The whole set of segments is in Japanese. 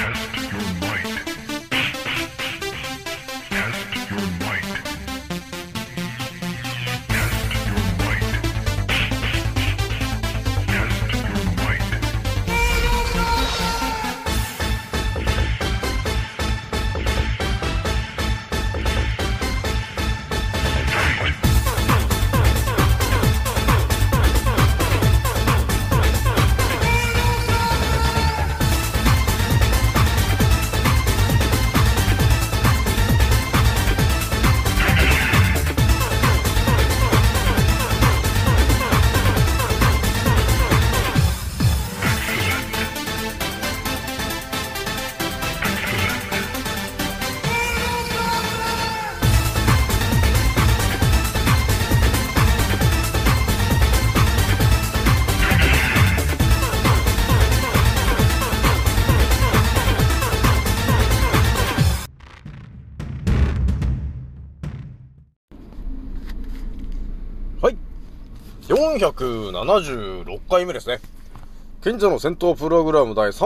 476回目ですね。賢者の戦闘プログラム第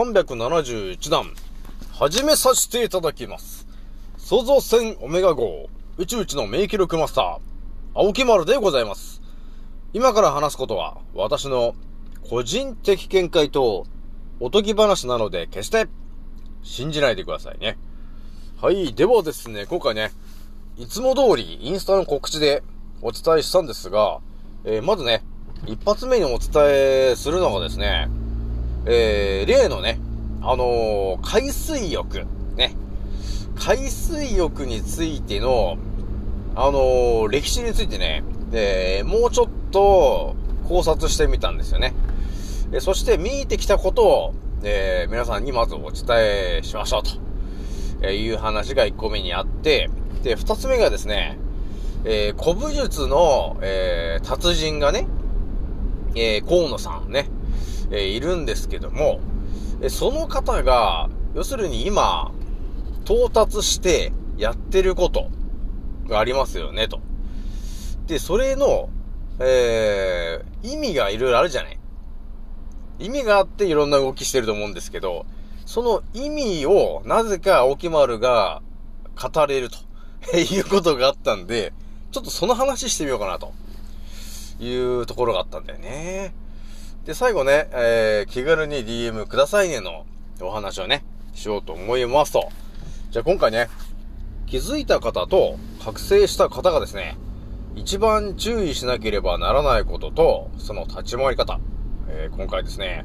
371弾始めさせていただきます。創造船オメガ号宇宙一の名記録マスター青木丸でございます。今から話すことは私の個人的見解とおとぎ話なので決して信じないでくださいね。はい、ではですね、今回ね、いつも通りインスタの告知でお伝えしたんですが、まずね、一発目にお伝えするのがですね、例のね、海水浴ね、海水浴についての歴史についてね、もうちょっと考察してみたんですよね。そして見えてきたことを、皆さんにまずお伝えしましょうという話が1個目にあって、で2つ目がですね、古武術の、達人がね、河野さんね、いるんですけども、その方が要するに今到達してやってることがありますよねと。でそれの、意味がいろいろあるじゃない。意味があっていろんな動きしてると思うんですけど、その意味をなぜか青木丸が語れるということがあったんで、ちょっとその話してみようかなというところがあったんだよね。で最後ね、気軽に DM くださいねのお話をねしようと思いますと。じゃあ今回ね、気づいた方と覚醒した方がですね、一番注意しなければならないこととその立ち回り方、今回ですね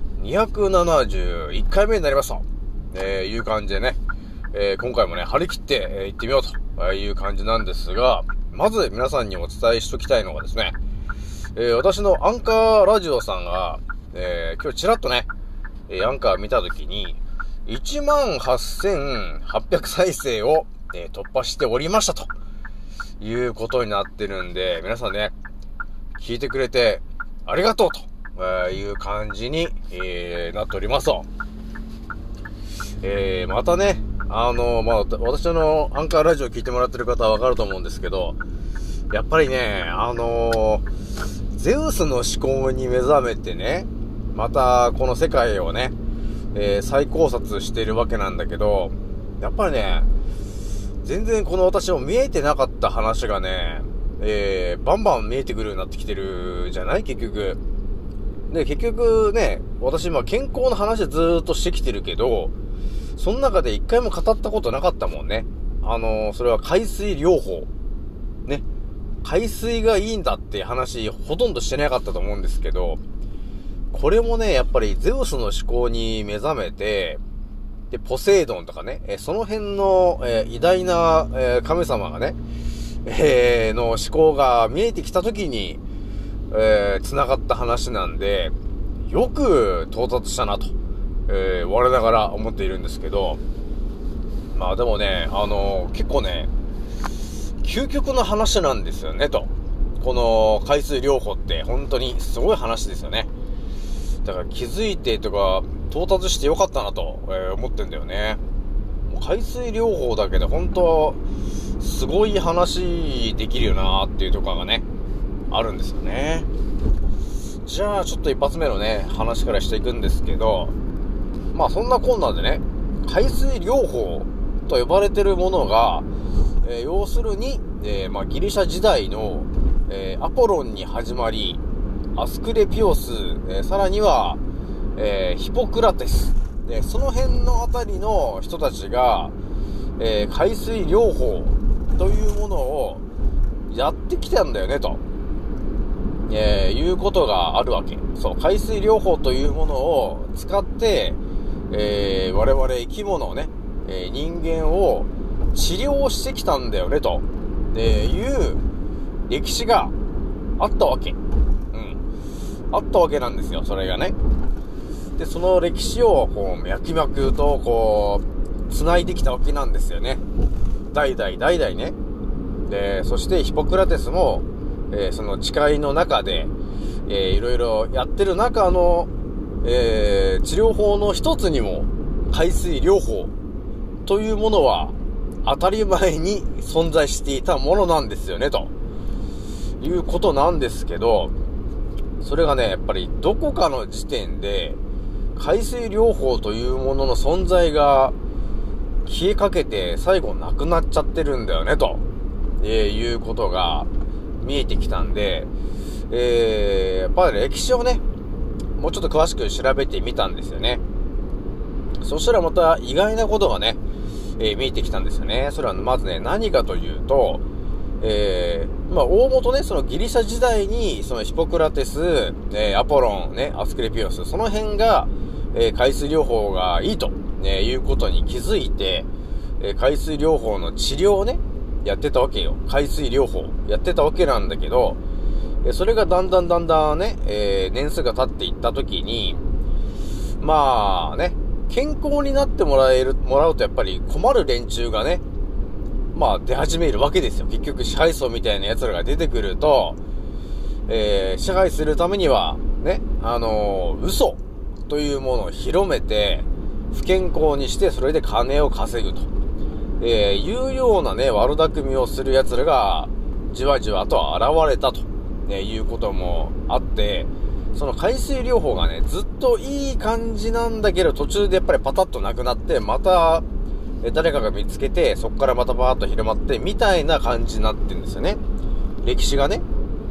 271回目になりましたと、いう感じでね、今回もね張り切って、行ってみようという感じなんですが、まず皆さんにお伝えしときたいのがですね、私のアンカーラジオさんが、今日ちらっとね、アンカー見たときに 18,800 再生を、突破しておりましたということになってるんで、皆さんね聞いてくれてありがとうという感じに、なっておりますと。またね、私のアンカーラジオ聞いてもらってる方はわかると思うんですけど、やっぱりね、ゼウスの思考に目覚めてね、またこの世界をね、再考察してるわけなんだけど、やっぱりね、全然この私も見えてなかった話がね、バンバン見えてくるようになってきてるじゃない結局。で、結局ね、私今健康の話ずーっとしてきてるけど、その中で一回も語ったことなかったもんね。それは海水療法。ね。海水がいいんだって話ほとんどしてなかったと思うんですけど、これもね、やっぱりゼウスの思考に目覚めて、で、ポセイドンとかね、その辺の、偉大な、神様がね、の思考が見えてきたときに、繋がった話なんで、よく到達したなと。我ながら思っているんですけど、まあでもね、結構ね、究極の話なんですよねと。この海水療法って本当にすごい話ですよね。だから気づいてとか到達してよかったなと、思ってんだよね。もう海水療法だけで本当すごい話できるよなっていうところがねあるんですよね。じゃあちょっと一発目のね話からしていくんですけど、まあそんなこんなでね、 海水療法と呼ばれてるものが、要するに、ギリシャ時代の、アポロンに始まり、アスクレピオス、さらには、ヒポクラテス、その辺のあたりの人たちが、海水療法というものをやってきたんだよねと、いうことがあるわけ。そう、海水療法というものを使って、我々生き物をね、人間を治療してきたんだよねと、いう歴史があったわけ。あったわけなんですよ、それがね。で、その歴史をこう脈々とこう繋いできたわけなんですよね。代々ね。で、そしてヒポクラテスも、その誓いの中で、いろいろやってる中の、治療法の一つにも海水療法というものは当たり前に存在していたものなんですよねということなんですけど、それがね、やっぱりどこかの時点で海水療法というものの存在が消えかけて最後なくなっちゃってるんだよねと、いうことが見えてきたんで、やっぱり歴史をねもうちょっと詳しく調べてみたんですよね。そしたらまた意外なことがね、見えてきたんですよね。それはまずね、何かというと、大元ね、そのギリシャ時代にそのヒポクラテス、アポロンね、アスクレピオス、その辺が、海水療法がいいと、いうことに気づいて、海水療法の治療をねやってたわけよ。海水療法やってたわけなんだけど、それがだんだんね、年数が経っていった時に、まあね、健康になってもらうとやっぱり困る連中がね、まあ出始めるわけですよ。結局支配層みたいな奴らが出てくると、支配するためにはね、嘘というものを広めて不健康にしてそれで金を稼ぐと、いうようなね悪巧みをする奴らがじわじわと現れたと、いうこともあって、その海水療法がねずっといい感じなんだけど、途中でやっぱりパタッとなくなって、また誰かが見つけて、そこからまたバーッと広まってみたいな感じになってるんですよね、歴史がね。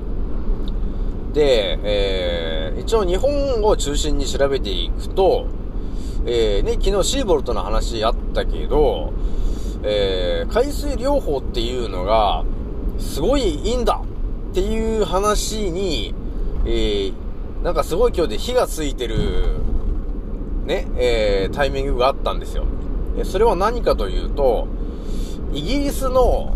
で、一応日本を中心に調べていくと、昨日シーボルトの話あったけど、海水療法っていうのがすごいいいんだっていう話に、なんかすごい勢いで火がついてるね、タイミングがあったんですよ。それは何かというと、イギリスの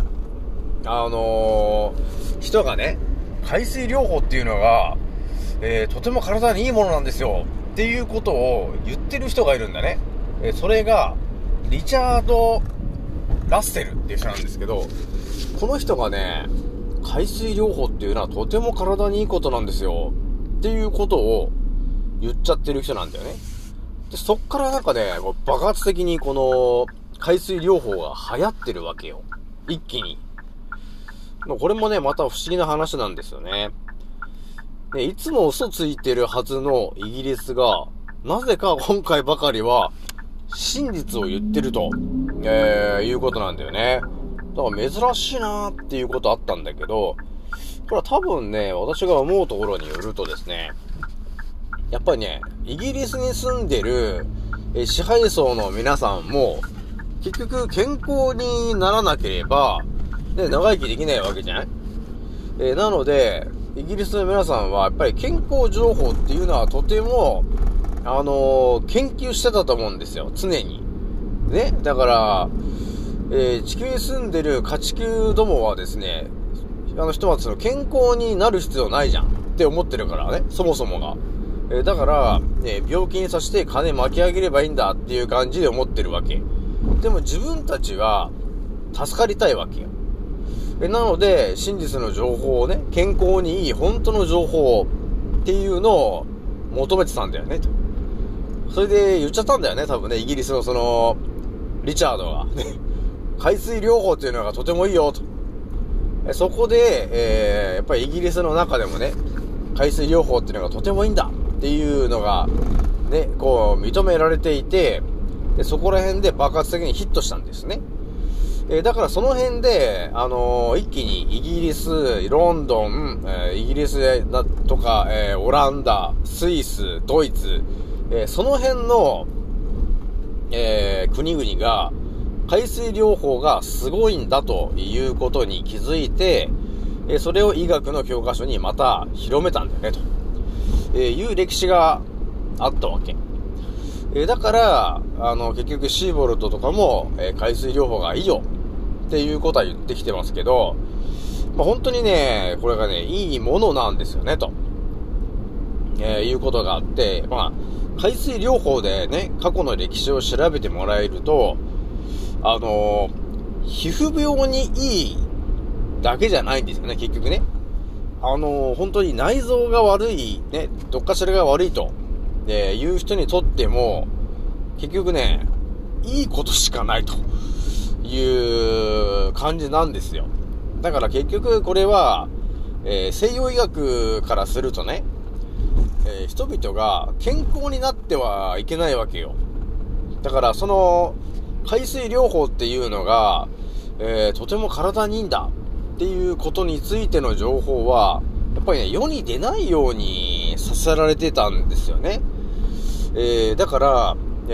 人がね、海水療法っていうのが、とても体にいいものなんですよっていうことを言ってる人がいるんだね。それがリチャード・ラッセルっていう人なんですけど、この人がね、海水療法っていうのはとても体にいいことなんですよっていうことを言っちゃってる人なんだよね。で、そっからなんかね、爆発的にこの海水療法が流行ってるわけよ、一気に。これもね、また不思議な話なんですよね。いつも嘘ついてるはずのイギリスが、なぜか今回ばかりは真実を言ってると、いうことなんだよね。だから珍しいなーっていうことあったんだけど、これは多分ね、私が思うところによるとですね、やっぱりね、イギリスに住んでる支配層の皆さんも結局健康にならなければね、長生きできないわけじゃない。なのでイギリスの皆さんはやっぱり健康情報っていうのはとても研究してたと思うんですよ、常にね。だから地球に住んでる家畜どもはですね、ひとまず健康になる必要ないじゃんって思ってるからね、そもそもが。だから、病気にさせて金巻き上げればいいんだっていう感じで思ってるわけ。でも自分たちは助かりたいわけよ。なので、真実の情報をね、健康にいい本当の情報っていうのを求めてたんだよねと。それで言っちゃったんだよね、多分ね、イギリスのそのリチャードがね、海水療法っていうのがとてもいいよと。そこで、やっぱりイギリスの中でもね、海水療法っていうのがとてもいいんだっていうのがね、こう認められていて、 で、そこら辺で爆発的にヒットしたんですね。だからその辺で、一気にイギリス、ロンドン、イギリスだとか、オランダ、スイス、ドイツ、その辺の、国々が、海水療法がすごいんだということに気づいて、それを医学の教科書にまた広めたんだよね、という歴史があったわけ。だから、結局シーボルトとかも、海水療法がいいよっていうことは言ってきてますけど、本当にね、これがね、いいものなんですよね、と、いうことがあって、海水療法でね、過去の歴史を調べてもらえると、皮膚病にいいだけじゃないんですよね、結局ね。本当に内臓が悪い、ね、どっかしらが悪いと、いう人にとっても、結局ね、いいことしかないという感じなんですよ。だから結局これは、西洋医学からするとね、人々が健康になってはいけないわけよ。だからその海水療法っていうのが、とても体にいいんだっていうことについての情報はやっぱりね、世に出ないようにさせられてたんですよね。だから、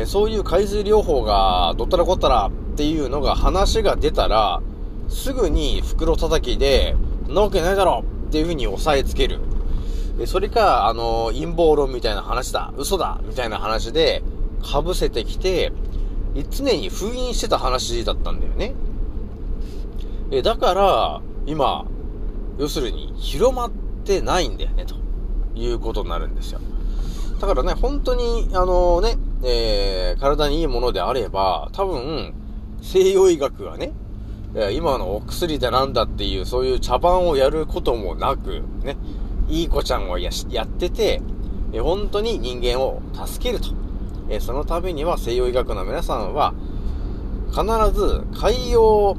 そういう海水療法がどったらこったらっていうのが話が出たら、すぐに袋叩きでなわけないだろっていう風に押さえつける。それか陰謀論みたいな話だ、嘘だみたいな話で被せてきて、常に封印してた話だったんだよね。だから今要するに広まってないんだよねということになるんですよ。だからね、本当に体にいいものであれば、多分西洋医学がね、今のお薬だなんだっていうそういう茶番をやることもなくね、いい子ちゃんをやってて、本当に人間を助けると。そのためには西洋医学の皆さんは必ず海洋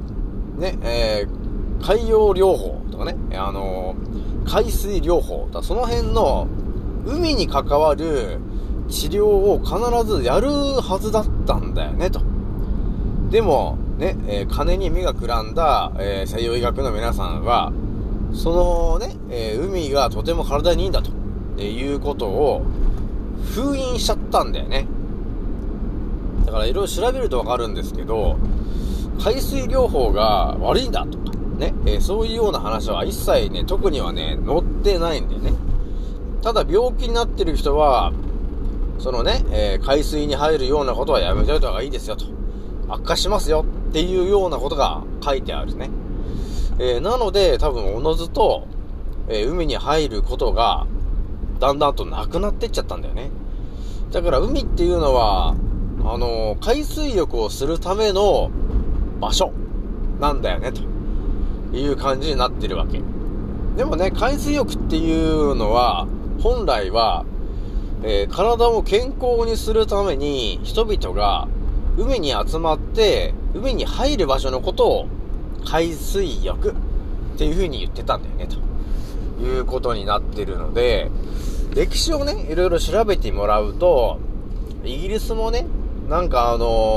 療法とかね、海水療法とか、その辺の海に関わる治療を必ずやるはずだったんだよねと。でもね、金に目がくらんだ、西洋医学の皆さんはそのね、海がとても体にいいんだということを封印しちゃったんだよね。だからいろいろ調べるとわかるんですけど、海水療法が悪いんだとかね、そういうような話は一切ね、特にはね、載ってないんだよね。ただ病気になってる人はそのね、海水に入るようなことはやめておいた方がいいですよと、悪化しますよっていうようなことが書いてあるね。なので多分おのずと、海に入ることがだんだんとなくなってっちゃったんだよね。だから海っていうのは海水浴をするための場所なんだよねという感じになってるわけ。でもね、海水浴っていうのは本来は、体を健康にするために人々が海に集まって海に入る場所のことを海水浴っていう風に言ってたんだよねということになってるので、歴史をねいろいろ調べてもらうと、イギリスもね、なんか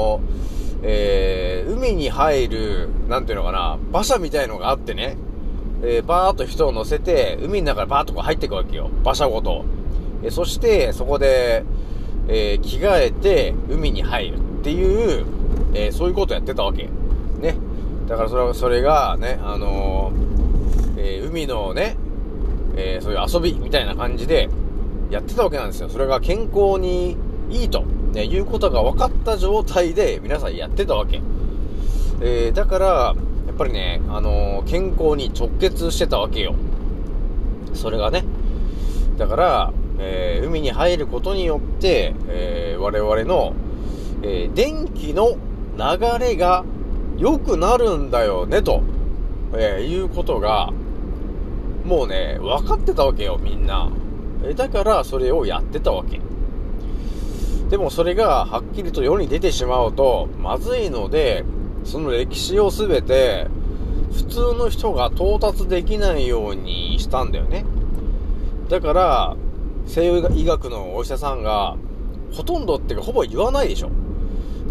海に入るなんていうのかな、馬車みたいのがあってね、バーっと人を乗せて海の中にバーっとこう入っていくわけよ、馬車ごと。そしてそこで、着替えて海に入るっていう、そういうことをやってたわけね。だからそれがね、海のね、そういう遊びみたいな感じでやってたわけなんですよ。それが健康にいいと、いうことが分かった状態で皆さんやってたわけ。だからやっぱりね、健康に直結してたわけよ、それがね。だから、海に入ることによって、我々の、電気の流れが良くなるんだよねと、いうことがもうね分かってたわけよ、みんな。だからそれをやってたわけ。でもそれがはっきりと世に出てしまうとまずいので、その歴史をすべて普通の人が到達できないようにしたんだよね。だから西洋医学のお医者さんがほとんどっていうかほぼ言わないでしょ。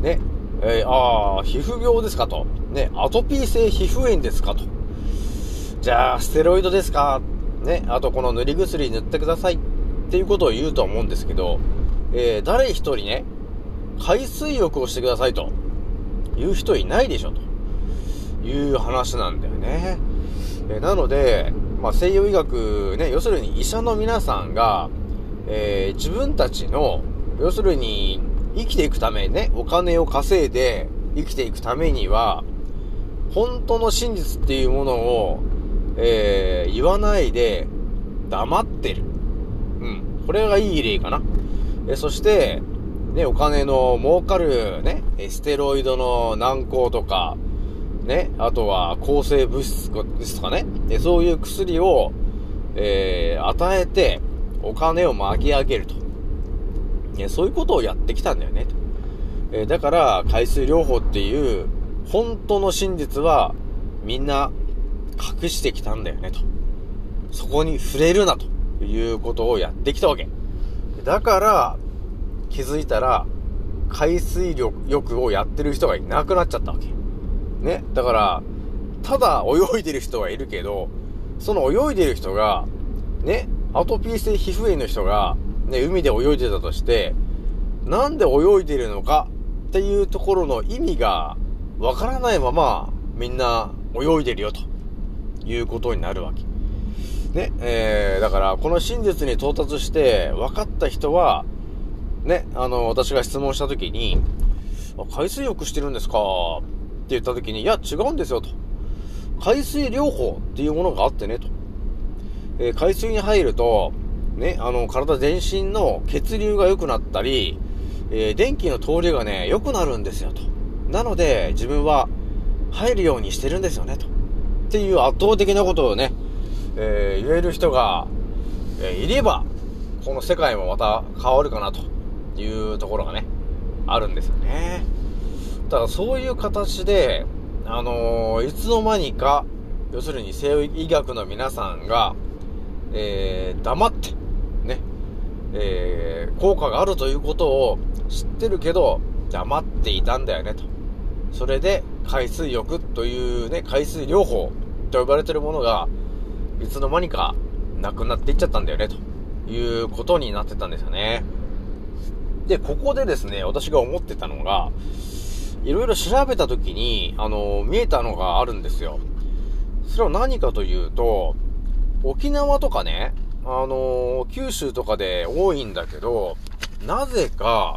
ね、皮膚病ですかと。ね、アトピー性皮膚炎ですかと。じゃあ、ステロイドですかね、あとこの塗り薬塗ってくださいっていうことを言うと思うんですけど、誰一人ね、海水浴をしてくださいという人いないでしょという話なんだよね。なので、西洋医学ね、要するに医者の皆さんが、自分たちの、要するに生きていくためにね、お金を稼いで生きていくためには、本当の真実っていうものを、言わないで黙ってる。これがいい例かな。そして、ね、お金の儲かるね、ステロイドの軟膏とか、ね、あとは抗生物質ですとかね、そういう薬を、与えてお金を巻き上げると。そういうことをやってきたんだよねと。だから海水療法っていう本当の真実はみんな隠してきたんだよねと。そこに触れるなということをやってきたわけ。だから気づいたら海水浴をやってる人がいなくなっちゃったわけね。だからただ泳いでる人はいるけど、その泳いでる人がね、アトピー性皮膚炎の人がね、海で泳いでたとして、なんで泳いでるのかっていうところの意味がわからないままみんな泳いでるよということになるわけね。だからこの真実に到達して分かった人はね、私が質問した時に、海水浴してるんですかって言った時に、いや違うんですよと。海水療法っていうものがあってねと。海水に入るとね、体全身の血流が良くなったり、電気の通りがね良くなるんですよと。なので自分は入るようにしてるんですよねと。っていう圧倒的なことをね、言える人が、いればこの世界もまた変わるかなというところがねあるんですよね。だからそういう形でいつの間にか要するに西洋医学の皆さんが、黙ってね、効果があるということを知ってるけど黙っていたんだよねと。それで海水浴というね、海水療法と呼ばれてるものがいつの間にかなくなっていっちゃったんだよねということになってたんですよね。でここでですね、私が思ってたのが、いろいろ調べたときに見えたのがあるんですよ。それは何かというと、沖縄とかね、九州とかで多いんだけど、なぜか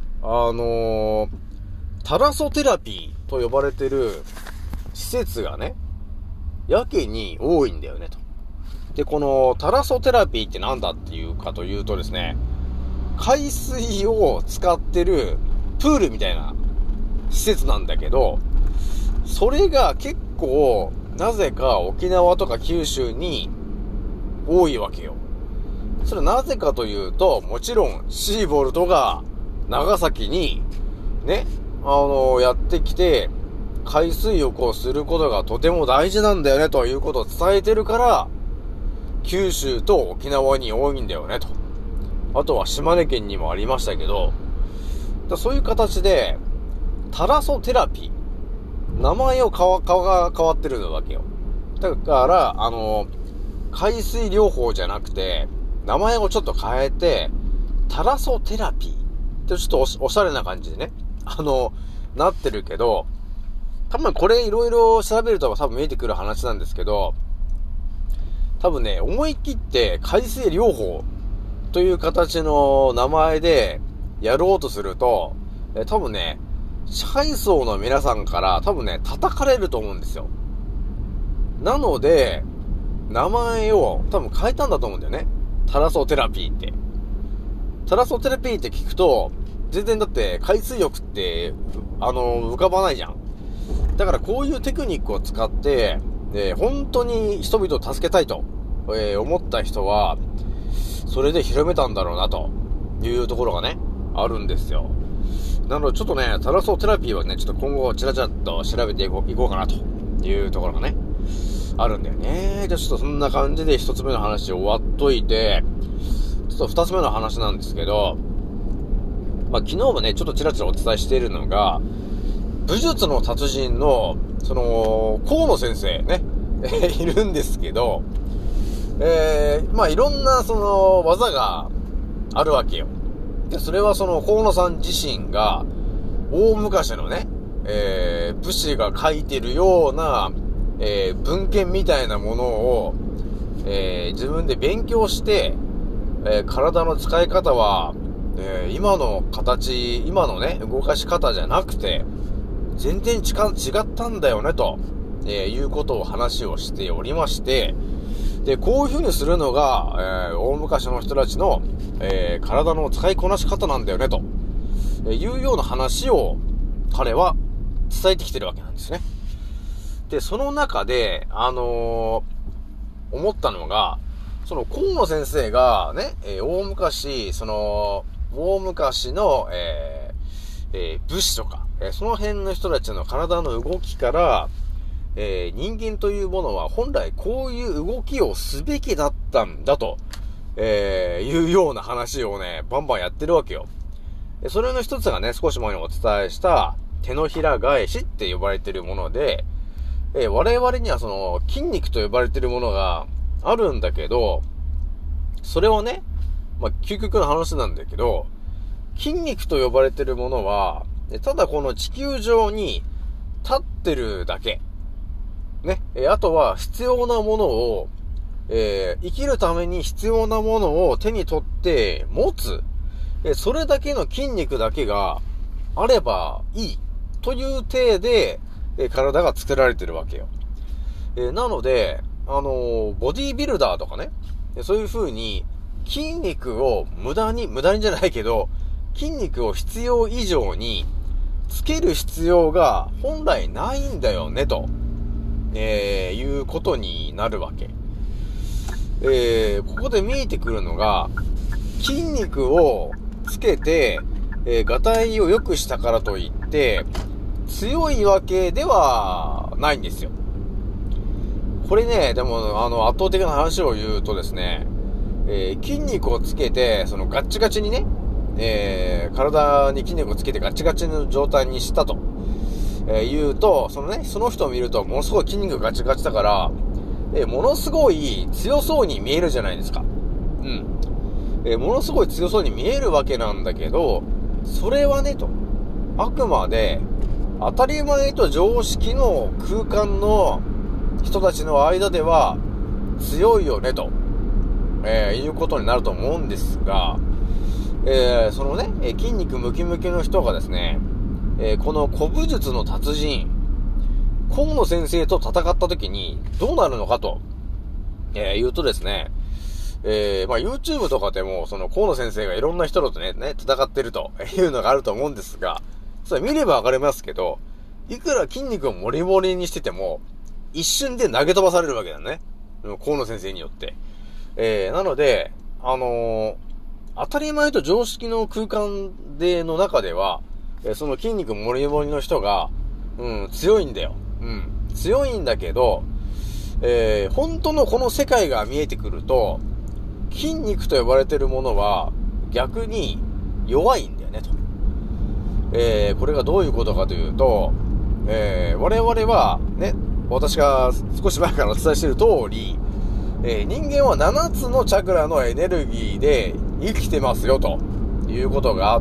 タラソテラピーと呼ばれてる施設がね、やけに多いんだよねと。でこのタラソテラピーってなんだっていうかというとですね、海水を使ってるプールみたいな施設なんだけど、それが結構なぜか沖縄とか九州に多いわけよ。それはなぜかというと、もちろんシーボルトが長崎にね、やってきて海水浴をすることがとても大事なんだよねということを伝えてるから、九州と沖縄に多いんだよねと。あとは島根県にもありましたけど、そういう形でタラソテラピー、名前が変わってるわけよ。だから海水療法じゃなくて名前をちょっと変えてタラソテラピーってちょっとおしゃれな感じでねなってるけど、多分これいろいろ調べると多分見えてくる話なんですけど、多分ね、思い切って海水療法という形の名前でやろうとすると、多分ね、支配層の皆さんから多分ね、叩かれると思うんですよ。なので名前を多分変えたんだと思うんだよね。タラソテラピーって。タラソテラピーって聞くと全然だって海水浴って浮かばないじゃん。だからこういうテクニックを使って本当に人々を助けたいと、思った人はそれで広めたんだろうなというところがねあるんですよ。なのでちょっとね、タラソテラピーはね、ちょっと今後チラチラっと調べていこうかなというところがねあるんだよね。じゃあちょっとそんな感じで一つ目の話終わっといて、ちょっと二つ目の話なんですけど、 昨日もね、ちょっとちらちらお伝えしているのが、武術の達人の、河野先生ね、いるんですけど、いろんな、技があるわけよ。で、それは河野さん自身が、大昔のね、武士が書いてるような、文献みたいなものを、自分で勉強して、体の使い方は、今のね、動かし方じゃなくて、全然違ったんだよね、と、いうことを話をしておりまして、で、こういう風にするのが、大昔の人たちの、体の使いこなし方なんだよね、と、いうような話を彼は伝えてきてるわけなんですね。で、その中で、思ったのが、河野先生がね、大昔の、武士とか、その辺の人たちの体の動きから、人間というものは本来こういう動きをすべきだったんだと、いうような話をね、バンバンやってるわけよ。それの一つがね、少し前にお伝えした手のひら返しって呼ばれているもので、我々には筋肉と呼ばれているものがあるんだけど、それはね、究極の話なんだけど、筋肉と呼ばれているものは、ただこの地球上に立ってるだけ。ね。あとは必要なものを、生きるために必要なものを手に取って持つ。それだけの筋肉だけがあればいい。という体で、体が作られてるわけよ。なので、ボディービルダーとかね、そういう風に筋肉を無駄にじゃないけど、筋肉を必要以上につける必要が本来ないんだよね、と、いうことになるわけ。ここで見えてくるのが、筋肉をつけて、がたいを良くしたからといって、強いわけではないんですよ。これね、でも、圧倒的な話を言うとですね、筋肉をつけて、ガッチガチにね、体に筋肉をつけてガチガチの状態にしたと、言うと、その人を見ると、ものすごい筋肉がガチガチだから、ものすごい強そうに見えるじゃないですか。ものすごい強そうに見えるわけなんだけど、それはね、と、あくまで、当たり前と常識の空間の人たちの間では強いよね、と、いうことになると思うんですが、筋肉ムキムキの人がですね、この古武術の達人、河野先生と戦った時にどうなるのかと、言うとですね、YouTube とかでも、河野先生がいろんな人とね、戦ってるというのがあると思うんですが、それ見ればわかりますけど、いくら筋肉をモリモリにしてても、一瞬で投げ飛ばされるわけだね。河野先生によって。なので、当たり前と常識の空間の中では、その筋肉モリモリの人が、強いんだよ。強いんだけど、本当のこの世界が見えてくると、筋肉と呼ばれているものは逆に弱いんだよねと。これがどういうことかというと、我々はね、私が少し前からお伝えしている通り、人間は7つのチャクラのエネルギーで生きてますよということがあって、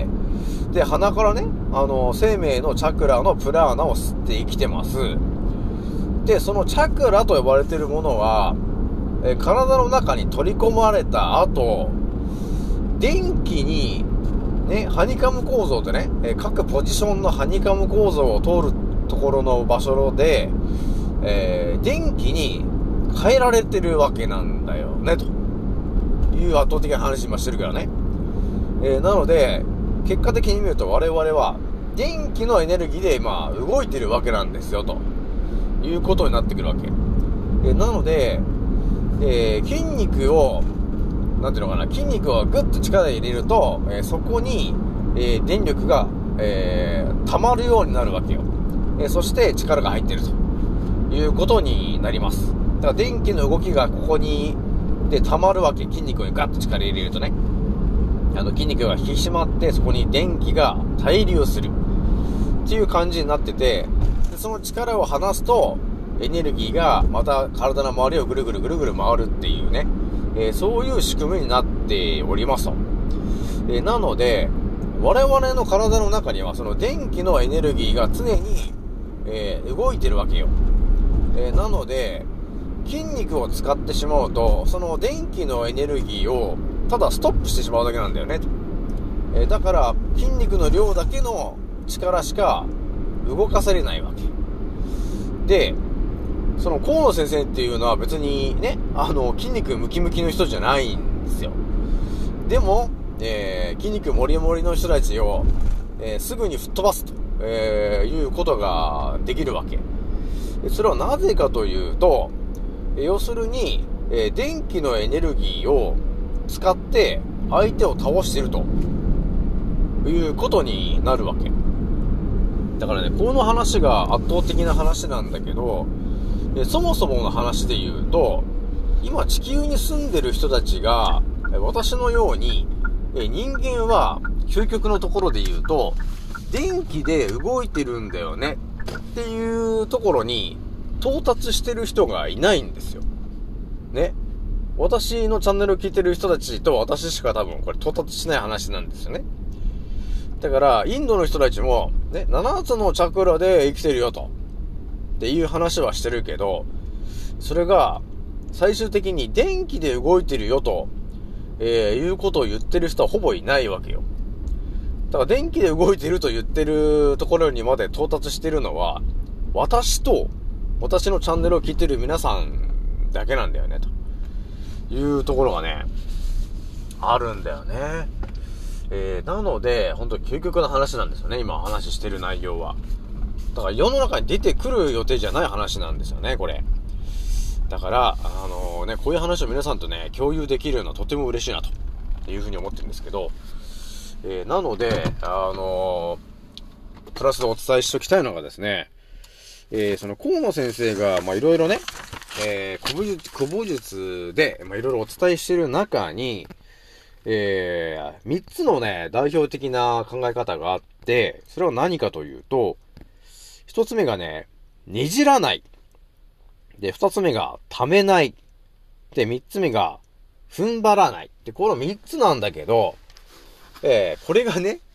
で、鼻からね、生命のチャクラのプラーナを吸って生きてます。で、そのチャクラと呼ばれているものは、体の中に取り込まれた後、電気に、ね、ハニカム構造でね、各ポジションのハニカム構造を通るところの場所で、電気に変えられてるわけなんだよね、という圧倒的な話今してるからね。なので、結果的に見ると我々は、電気のエネルギーで、動いてるわけなんですよ、ということになってくるわけ。なので、筋肉をグッと力で入れると、そこに、電力が、溜まるようになるわけよ。そして力が入っているということになります。だから電気の動きがここにで溜まるわけ。筋肉にガッと力入れるとね。 筋肉が引き締まって、そこに電気が対流するっていう感じになってて、でその力を離すとエネルギーがまた体の周りをぐるぐるぐるぐる回るっていうね、そういう仕組みになっておりますと。なので我々の体の中にはその電気のエネルギーが常に、動いてるわけよ。なので筋肉を使ってしまうと、その電気のエネルギーをただストップしてしまうだけなんだよね。だから筋肉の量だけの力しか動かされないわけで、その河野先生っていうのは別にね、筋肉ムキムキの人じゃないんですよ。でも、筋肉モリモリの人たちを、すぐに吹っ飛ばすと、いうことができるわけ。それはなぜかというと、要するに、電気のエネルギーを使って相手を倒しているということになるわけだからね、この話が圧倒的な話なんだけど、そもそもの話で言うと、今地球に住んでる人たちが私のように、人間は究極のところで言うと電気で動いてるんだよねっていうところに到達してる人がいないんですよね。私のチャンネルを聞いてる人たちと私しか多分これ到達しない話なんですよね。だからインドの人たちもね、7つのチャクラで生きてるよとっていう話はしてるけど、それが最終的に電気で動いてるよと、いうことを言ってる人はほぼいないわけよ。だから電気で動いてると言ってるところにまで到達してるのは私と私のチャンネルを聞いてる皆さんだけなんだよねというところがねあるんだよね。なので本当に究極の話なんですよね、今話してる内容は。だから世の中に出てくる予定じゃない話なんですよね、これ。だからこういう話を皆さんとね共有できるのはとても嬉しいなというふうに思ってるんですけど、なのでプラスでお伝えしておきたいのがですね、その河野先生がいろいろね、古武術でいろいろお伝えしている中に、3つのね代表的な考え方があって、それは何かというと、1つ目がね、ねじらない。で、2つ目がためない。で、3つ目が踏ん張らない。で、この3つなんだけど、これがね、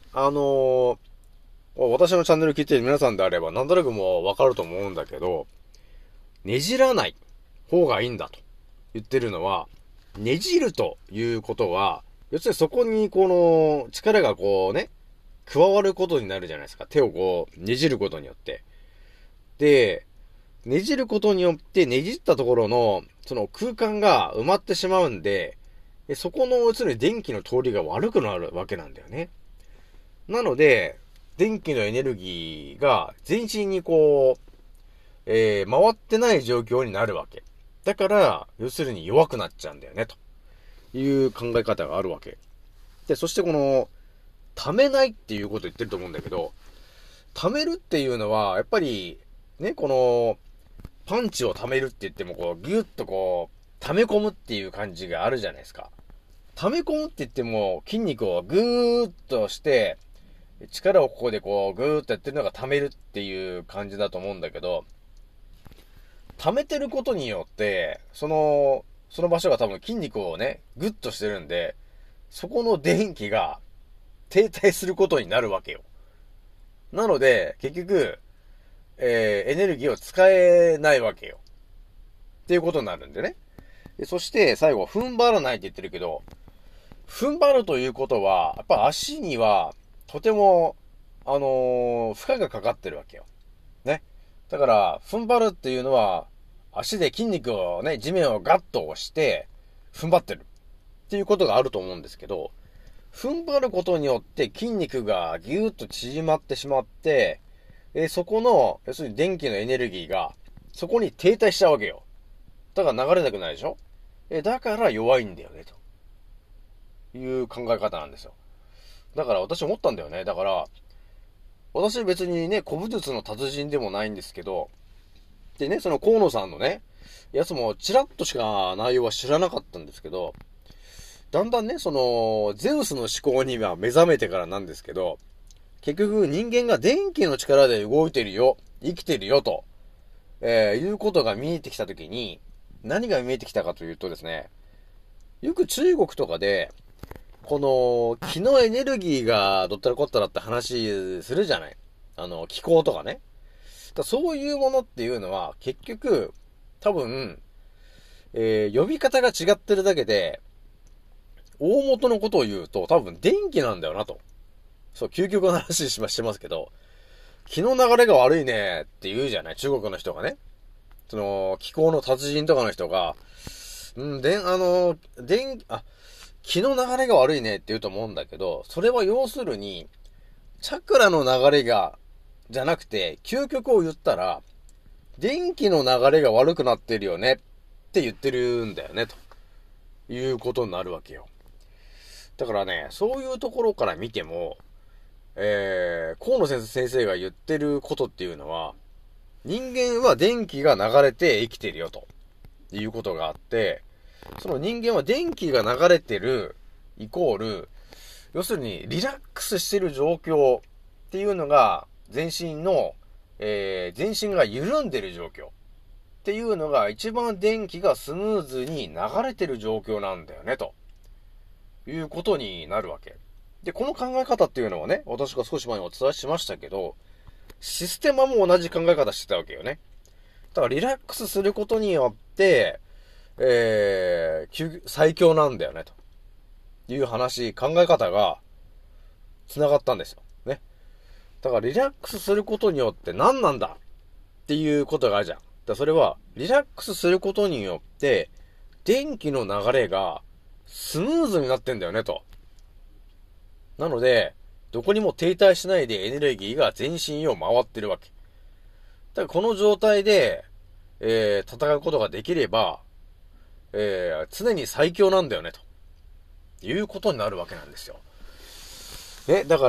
私のチャンネル聞いてる皆さんであればなんとなくもうわかると思うんだけど、ねじらない方がいいんだと言ってるのは、ねじるということは、要するにそこにこの力がこうね、加わることになるじゃないですか。手をこうねじることによって。で、ねじることによってねじったところのその空間が埋まってしまうんで、そこの要するに電気の通りが悪くなるわけなんだよね。なので、電気のエネルギーが全身にこう、回ってない状況になるわけ。だから、要するに弱くなっちゃうんだよね、という考え方があるわけ。で、そしてこの、溜めないっていうことを言ってると思うんだけど、溜めるっていうのは、やっぱり、ね、この、パンチを溜めるって言っても、こう、ギュッとこう、溜め込むっていう感じがあるじゃないですか。溜め込むって言っても、筋肉をぐーっとして、力をここでこう、ぐーっとやってるのが溜めるっていう感じだと思うんだけど、溜めてることによって、その場所が多分筋肉をね、ぐっとしてるんで、そこの電気が停滞することになるわけよ。なので、結局、エネルギーを使えないわけよ。っていうことになるんでね。そして最後、踏ん張らないって言ってるけど、踏ん張るということは、やっぱ足にはとても、負荷がかかってるわけよ。ね。だから、踏ん張るっていうのは、足で筋肉をね、地面をガッと押して、踏ん張ってる。っていうことがあると思うんですけど、踏ん張ることによって筋肉がギューッと縮まってしまって、そこの、要するに電気のエネルギーが、そこに停滞しちゃうわけよ。だから流れなくないでしょ？だから弱いんだよね、という考え方なんですよ。だから私思ったんだよね。だから、私別にね、古武術の達人でもないんですけど、でね、その河野さんのね、やつもちらっとしか内容は知らなかったんですけど、 だんだんね、ゼウスの思考には目覚めてからなんですけど、結局人間が電気の力で動いてるよ、生きてるよと、いうことが見えてきたときに、何が見えてきたかというとですね、よく中国とかで、この気のエネルギーがどったらこったらって話するじゃない。気候とかね。そういうものっていうのは結局多分、呼び方が違ってるだけで、大元のことを言うと多分電気なんだよなと。そう、究極の話してますけど、気の流れが悪いねって言うじゃない、中国の人がね。気候の達人とかの人が、気の流れが悪いねって言うと思うんだけど、それは要するに、チャクラの流れが、じゃなくて、究極を言ったら、電気の流れが悪くなってるよねって言ってるんだよね、ということになるわけよ。だからね、そういうところから見ても、河野先生が言ってることっていうのは、人間は電気が流れて生きてるよということがあって、その人間は電気が流れてるイコール、要するにリラックスしてる状況っていうのが全身が緩んでる状況っていうのが一番電気がスムーズに流れてる状況なんだよねということになるわけ。で、この考え方っていうのはね、私が少し前にお伝えしましたけど、システマも同じ考え方してたわけよね。だからリラックスすることによって、最強なんだよね、という話、考え方が繋がったんですよ。ね。だからリラックスすることによって何なんだっていうことがあるじゃん。だからそれは、リラックスすることによって、電気の流れがスムーズになってんだよね、と。なので、どこにも停滞しないでエネルギーが全身を回ってるわけ。だからこの状態で、戦うことができれば、常に最強なんだよね、ということになるわけなんですよ。ね、だから、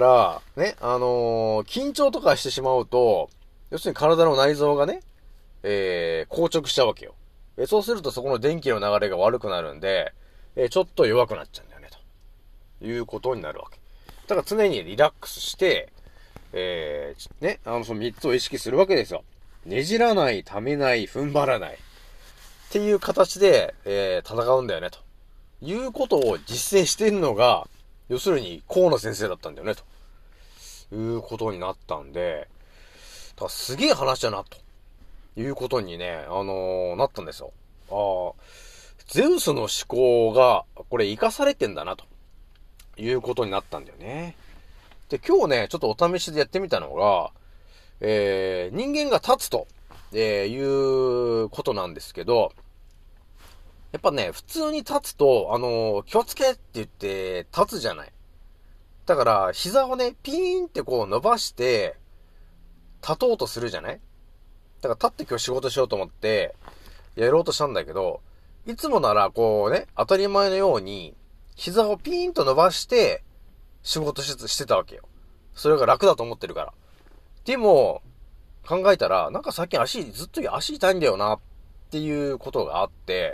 ね、緊張とかしてしまうと、要するに体の内臓がね、硬直しちゃうわけよ。そうするとそこの電気の流れが悪くなるんで、ちょっと弱くなっちゃうんだよね、ということになるわけ。だから常にリラックスして、ね、その3つを意識するわけですよ。ねじらない、ためない、踏ん張らない。っていう形で、戦うんだよね、ということを実践しているのが、要するに河野先生だったんだよね、ということになったんで、だからすげえ話だな、ということにね、なったんですよ。ゼウスの思考が、これ活かされてんだな、ということになったんだよね。で、今日ね、ちょっとお試しでやってみたのが、人間が立つと、いうことなんですけど、やっぱね、普通に立つと、気をつけって言って立つじゃない。だから、膝をね、ピーンってこう伸ばして、立とうとするじゃない。だから立って今日仕事しようと思って、やろうとしたんだけど、いつもならこうね、当たり前のように、膝をピーンと伸ばして、仕事してたわけよ。それが楽だと思ってるから。でも、考えたら、なんか最近ずっと足痛いんだよな、っていうことがあって、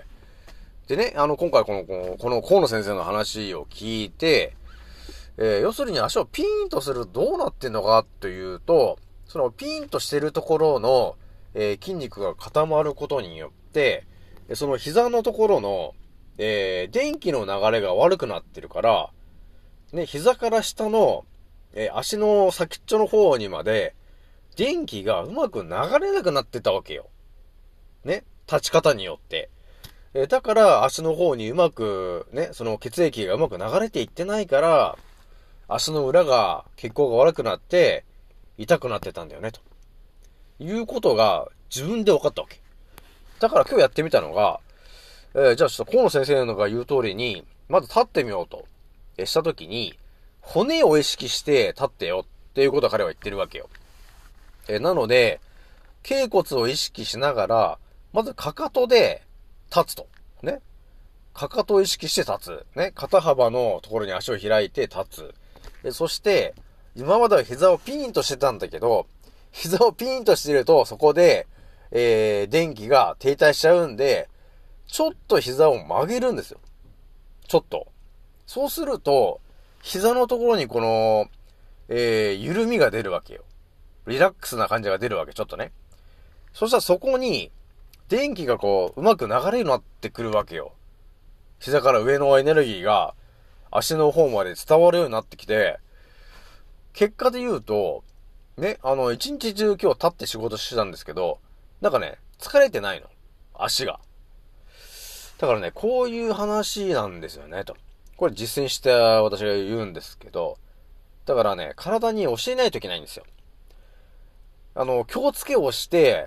でね、今回この河野先生の話を聞いて、要するに足をピーンとするとどうなってんのかというと、そのピーンとしてるところの、筋肉が固まることによって、その膝のところの、電気の流れが悪くなってるから、ね、膝から下の、足の先っちょの方にまで、電気がうまく流れなくなってたわけよ。ね、立ち方によって。だから足の方にうまく、ね、その血液がうまく流れていってないから、足の裏が、血行が悪くなって、痛くなってたんだよね、ということが自分で分かったわけ。だから今日やってみたのが、じゃあちょっと河野先生のが言う通りに、まず立ってみようと、したときに、骨を意識して立ってよっていうことを彼は言ってるわけよ。なので、脛骨を意識しながら、まずかかとで立つと。ね。かかとを意識して立つ。ね。肩幅のところに足を開いて立つ。そして、今までは膝をピーンとしてたんだけど、膝をピーンとしてると、そこで、電気が停滞しちゃうんで、ちょっと膝を曲げるんですよ。ちょっと。 そうすると、膝のところにこの、緩みが出るわけよ。リラックスな感じが出るわけ、ちょっとね。そしたらそこに、電気がこう、うまく流れるようになってくるわけよ。膝から上のエネルギーが、足の方まで伝わるようになってきて、結果で言うと、ね、一日中今日立って仕事してたんですけど、なんかね、疲れてないの。足が。だからね、こういう話なんですよね、と。これ実践して私が言うんですけど、だからね、体に教えないといけないんですよ。気をつけをして、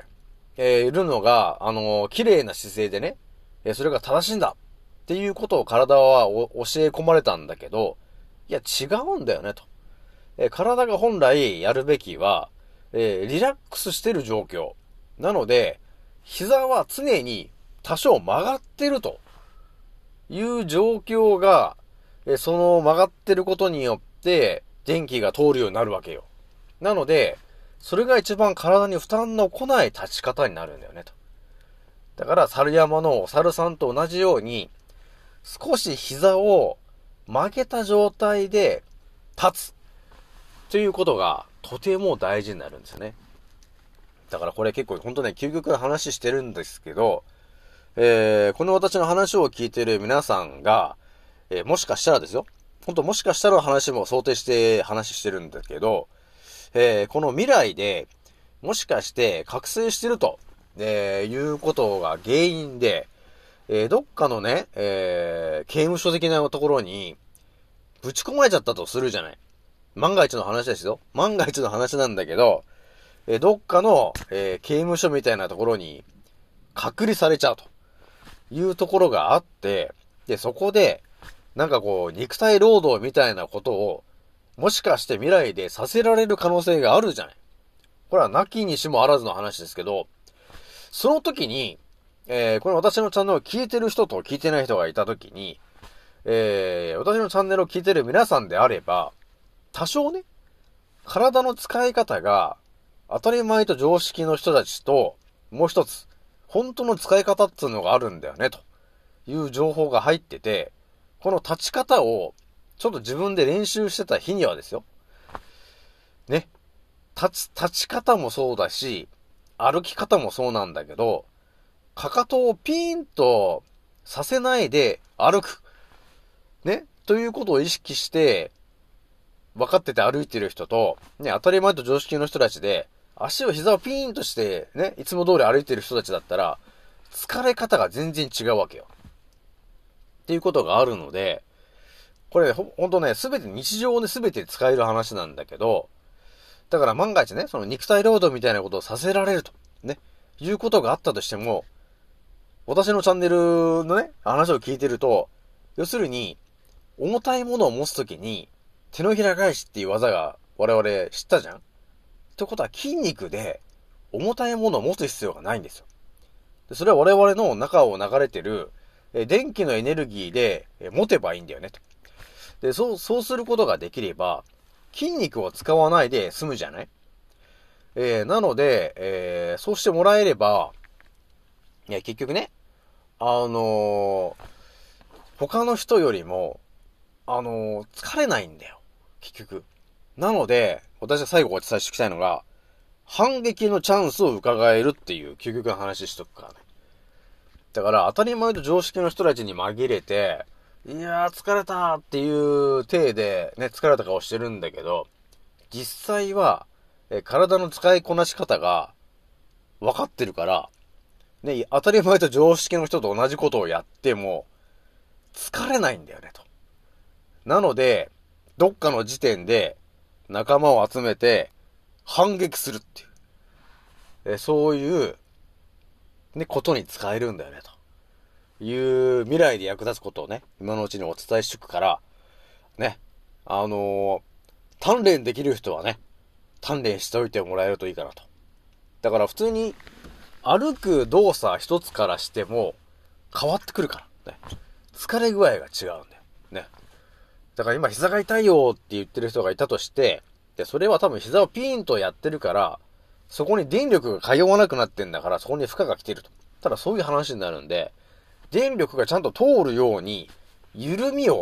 いるのが、綺麗な姿勢でね、それが正しいんだっていうことを体は教え込まれたんだけど、いや違うんだよねと。体が本来やるべきは、リラックスしてる状況。なので、膝は常に多少曲がってるという状況が、その曲がってることによって電気が通るようになるわけよ。なので、それが一番体に負担の来ない立ち方になるんだよねと。だから、猿山のお猿さんと同じように、少し膝を曲げた状態で立つということがとても大事になるんですよね。だからこれ結構本当ね、究極な話してるんですけど、この私の話を聞いてる皆さんが、もしかしたらですよ。本当もしかしたら話も想定して話してるんだけど、この未来で、もしかして覚醒してると、いうことが原因で、どっかのね、刑務所的なところに、ぶち込まれちゃったとするじゃない。万が一の話ですよ。万が一の話なんだけど、どっかの、刑務所みたいなところに、隔離されちゃうというところがあって、で、そこで、なんかこう、肉体労働みたいなことを、もしかして未来でさせられる可能性があるじゃない。これはなきにしもあらずの話ですけど、その時に、これ私のチャンネルを聞いてる人と聞いてない人がいた時に、私のチャンネルを聞いてる皆さんであれば、多少ね、体の使い方が当たり前と常識の人たちと、もう一つ、本当の使い方っていうのがあるんだよね、という情報が入ってて、この立ち方をちょっと自分で練習してた日にはですよ。ね。立ち方もそうだし、歩き方もそうなんだけど、かかとをピーンとさせないで歩く。ね。ということを意識して、分かってて歩いてる人と、ね、当たり前と常識の人たちで、膝をピーンとして、ね、いつも通り歩いてる人たちだったら、疲れ方が全然違うわけよ。っていうことがあるので、これ、ほんとね、日常で全て使える話なんだけど、だから万が一ね、その肉体労働みたいなことをさせられると、ね、いうことがあったとしても、私のチャンネルのね、話を聞いてると、要するに、重たいものを持つときに、手のひら返しっていう技が我々知ったじゃん？ってことは筋肉で重たいものを持つ必要がないんですよ。でそれは我々の中を流れてる電気のエネルギーで持てばいいんだよねと。で、そうすることができれば、筋肉を使わないで済むじゃない？なので、そうしてもらえれば、いや、結局ね、他の人よりも、疲れないんだよ。結局。なので、私は最後お伝えしておきたいのが、反撃のチャンスを伺えるっていう究極の話しとくからね。だから、当たり前と常識の人たちに紛れて、いやー疲れたっていう体でね、疲れた顔してるんだけど、実際は、体の使いこなし方が分かってるから、ね、当たり前と常識の人と同じことをやっても、疲れないんだよねと。なので、どっかの時点で仲間を集めて反撃するっていう、そういう、ね、ことに使えるんだよねという未来で役立つことをね、今のうちにお伝えしとくから、ね、鍛錬できる人はね、鍛錬しておいてもらえるといいかなと。だから普通に歩く動作一つからしても変わってくるからね。疲れ具合が違うんだよ。ね。だから今膝が痛いよって言ってる人がいたとして、で、それは多分膝をピーンとやってるから、そこに電力が通わなくなってんだから、そこに負荷が来てると。ただそういう話になるんで、電力がちゃんと通るように、緩みを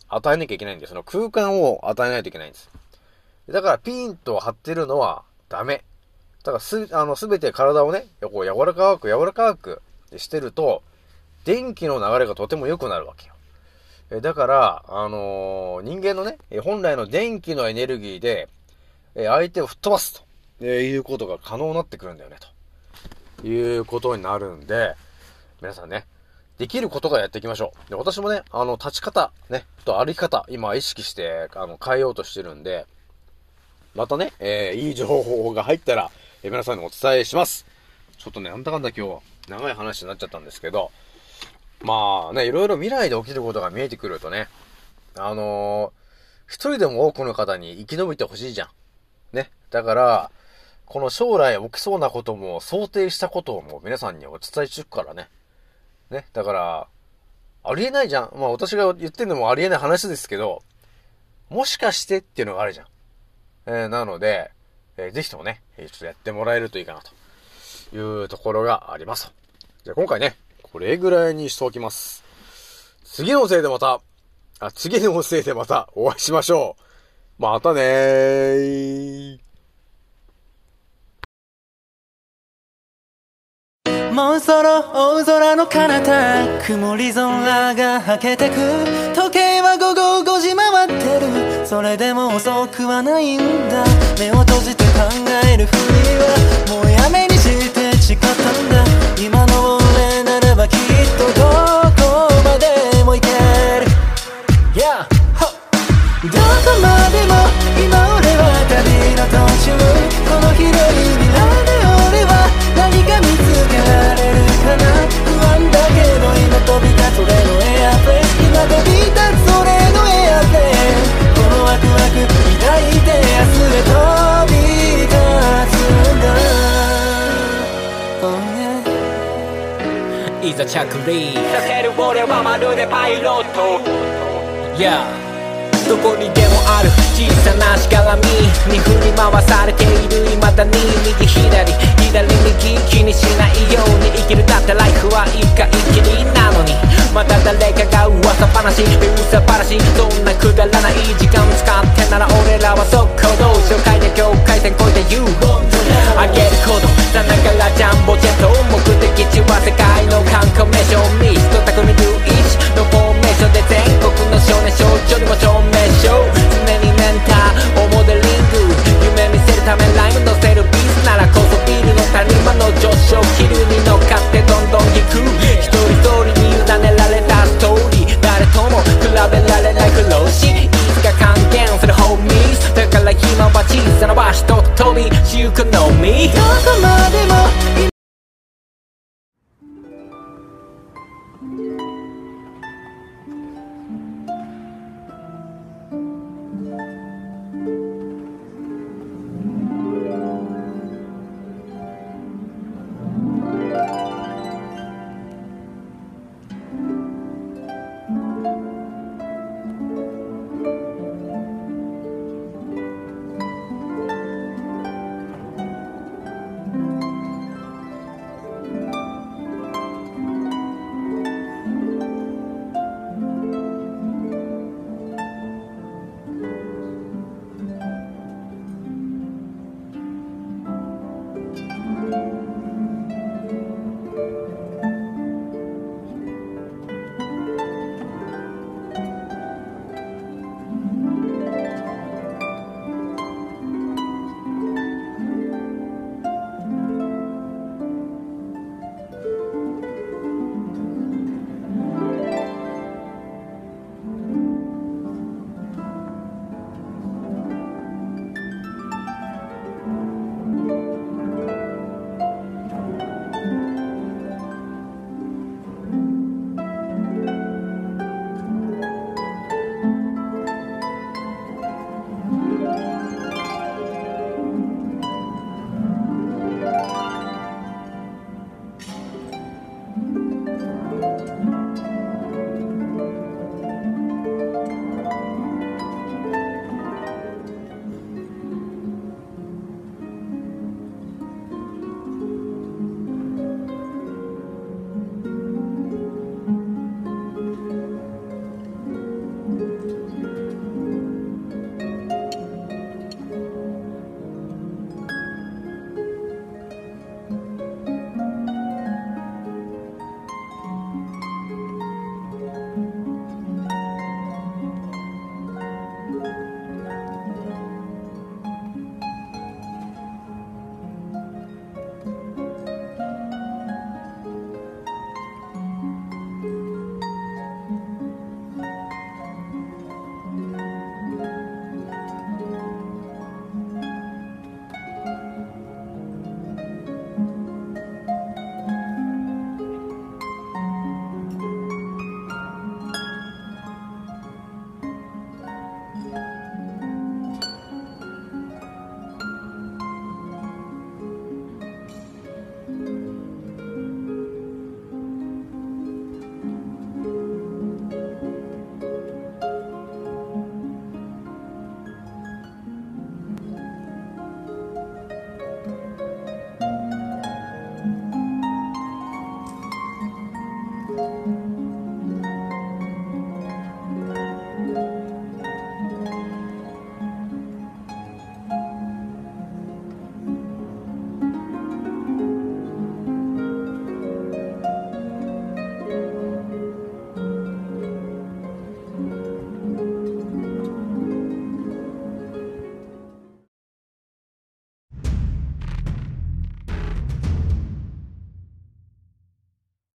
与えなきゃいけないんで、その空間を与えないといけないんです。だからピンと張ってるのはダメ。だからすべて体をね、こう柔らかくしてると、電気の流れがとても良くなるわけよ。だから、人間のね、本来の電気のエネルギーで、相手を吹っ飛ばすということが可能になってくるんだよね、ということになるんで、皆さんね、できることからやっていきましょう。で、私もね、立ち方、ね、と歩き方、今意識して、変えようとしてるんで、またね、いい情報が入ったら、皆さんにお伝えします。ちょっとね、なんだかんだ今日、長い話になっちゃったんですけど、まあね、いろいろ未来で起きることが見えてくるとね、一人でも多くの方に生き延びてほしいじゃん。ね。だから、この将来起きそうなことも想定したことも皆さんにお伝えしていくからね。ね。だから、ありえないじゃん。まあ私が言ってるのもありえない話ですけど、もしかしてっていうのがあるじゃん。なので、ぜひともね、ちょっとやってもらえるといいかなというところがあります。じゃあ今回ね、これぐらいにしておきます。次のせいでまたお会いしましょう。またねー。 もうそろ大空の彼方、曇り空がはけてく。時計は午後5時回ってる。それでも遅くはないんだ。目を閉じて考えるふりはもうやめにして誓ったんだ。今の俺ならばきっとどこまでも行ける、yeah、どこまでも今俺は旅の途中。この広い未来で俺は何か見つけられるかな。不安だけど今飛び立つ俺のエアプレイス。今飛び立つ俺のエアプレイ。このワクワク抱いて明日へ飛び立つんだ、oh yeah、 いざ着陸させる俺はまるでパイロット、yeah、どこにでもある小さなしがらみに振り回されている。未だに右左右気にしないように生きる。だってライフは一回きりなのに、また誰かが噂話そんなくだらない時間使ってなら俺らは速攻動紹介で境界線越えて You あげること